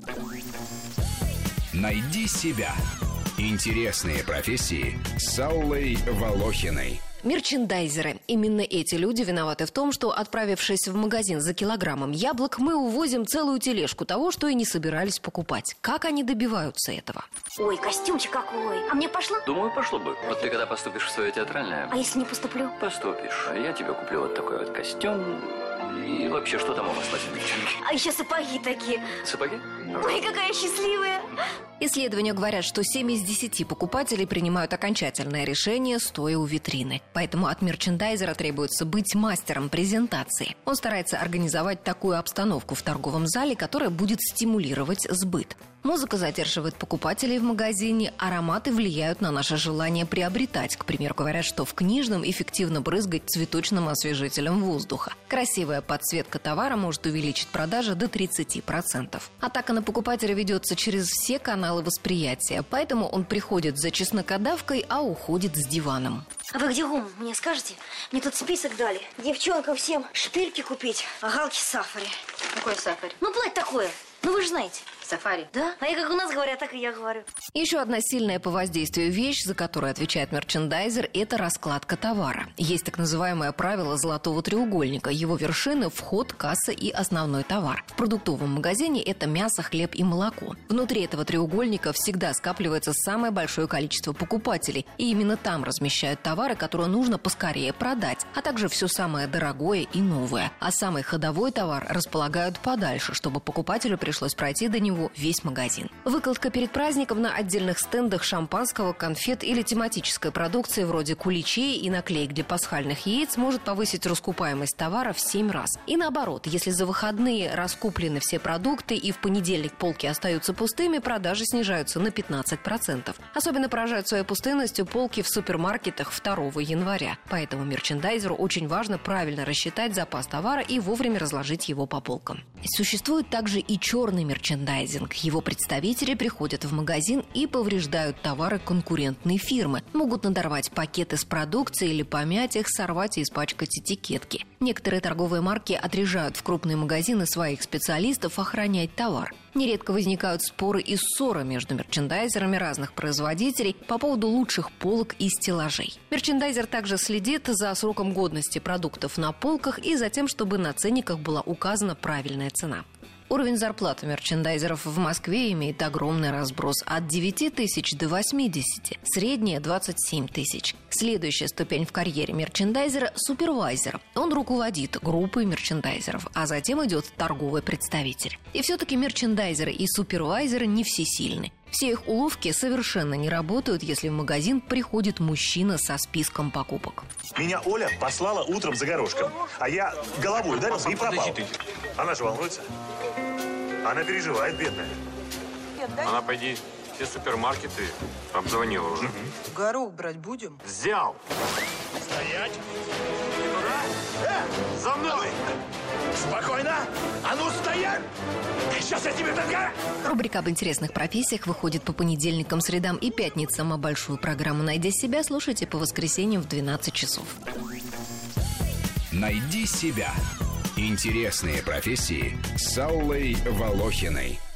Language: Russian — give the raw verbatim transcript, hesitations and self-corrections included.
Найди себя. Интересные профессии с Аллой Волохиной. Мерчендайзеры. Именно эти люди виноваты в том, что, отправившись в магазин за килограммом яблок, мы увозим целую тележку того, что и не собирались покупать. Как они добиваются этого? Ой, костюмчик какой. А мне пошло? Думаю, пошло бы. Вот ты когда поступишь в свое театральное... А если не поступлю? Поступишь. Я тебе куплю вот такой вот костюм. И вообще, что там у вас на девчонки? А еще сапоги такие. Сапоги? Ой, какая счастливая. Исследования говорят, что семь из десяти покупателей принимают окончательное решение, стоя у витрины. Поэтому от мерчендайзера требуется быть мастером презентации. Он старается организовать такую обстановку в торговом зале, которая будет стимулировать сбыт. Музыка задерживает покупателей в магазине, ароматы влияют на наше желание приобретать. К примеру, говорят, что в книжном эффективно брызгать цветочным освежителем воздуха. Красивая подсветка товара может увеличить продажи до тридцати процентов. Атака на покупателя ведется через все каналы восприятия, поэтому он приходит за чеснокодавкой, а уходит с диваном. А вы где гум? Мне скажете? Мне тут список дали. Девчонкам всем шпильки купить, а галки сафари. Какой сафари? Ну, платье такое. Ну, вы же знаете. Сафари? Да? А я как у нас говорят, так и я говорю. Еще одна сильная по воздействию вещь, за которую отвечает мерчендайзер, это раскладка товара. Есть так называемое правило золотого треугольника. Его вершины – вход, касса и основной товар. В продуктовом магазине это мясо, хлеб и молоко. Внутри этого треугольника всегда скапливается самое большое количество покупателей. И именно там размещают товары, которые нужно поскорее продать, а также все самое дорогое и новое. А самый ходовой товар располагают подальше, чтобы покупателю пришлось пройти до него весь магазин. Выкладка перед праздником на отдельных стендах шампанского, конфет или тематической продукции вроде куличей и наклеек для пасхальных яиц может повысить раскупаемость товара в семь раз. И наоборот, если за выходные раскуплены все продукты и в понедельник полки остаются пустыми, продажи снижаются на пятнадцать процентов. Особенно поражают своей пустынностью полки в супермаркетах второго января. Поэтому мерчендайзеру очень важно правильно рассчитать запас товара и вовремя разложить его по полкам. Существует также и черный мерчендайзинг. Его представители приходят в магазин и повреждают товары конкурентной фирмы. Могут надорвать пакеты с продукцией или помять их, сорвать и испачкать этикетки. Некоторые торговые марки отряжают в крупные магазины своих специалистов охранять товар. Нередко возникают споры и ссоры между мерчендайзерами разных производителей по поводу лучших полок и стеллажей. Мерчендайзер также следит за сроком годности продуктов на полках и за тем, чтобы на ценниках была указана правильная цена. Уровень зарплаты мерчендайзеров в Москве имеет огромный разброс от девяти тысяч до восьмидесяти, средняя – двадцать семь тысяч. Следующая ступень в карьере мерчендайзера – супервайзер. Он руководит группой мерчендайзеров, а затем идет торговый представитель. И все-таки мерчендайзеры и супервайзеры не всесильны. Все их уловки совершенно не работают, если в магазин приходит мужчина со списком покупок. Меня Оля послала утром за горошком, а я головой ударился и пропал. Она же волнуется. Она переживает, бедная. Она, пойди, все супермаркеты обзвонила уже. Угу. Горох брать будем? Взял. Стоять. Э, за мной. Спокойно. А ну, стоять. Сейчас я тебе догоню. Рубрика об интересных профессиях выходит по понедельникам, средам и пятницам. А большую программу «Найди себя» слушайте по воскресеньям в двенадцать часов. Найди себя. Интересные профессии с Аллой Волохиной.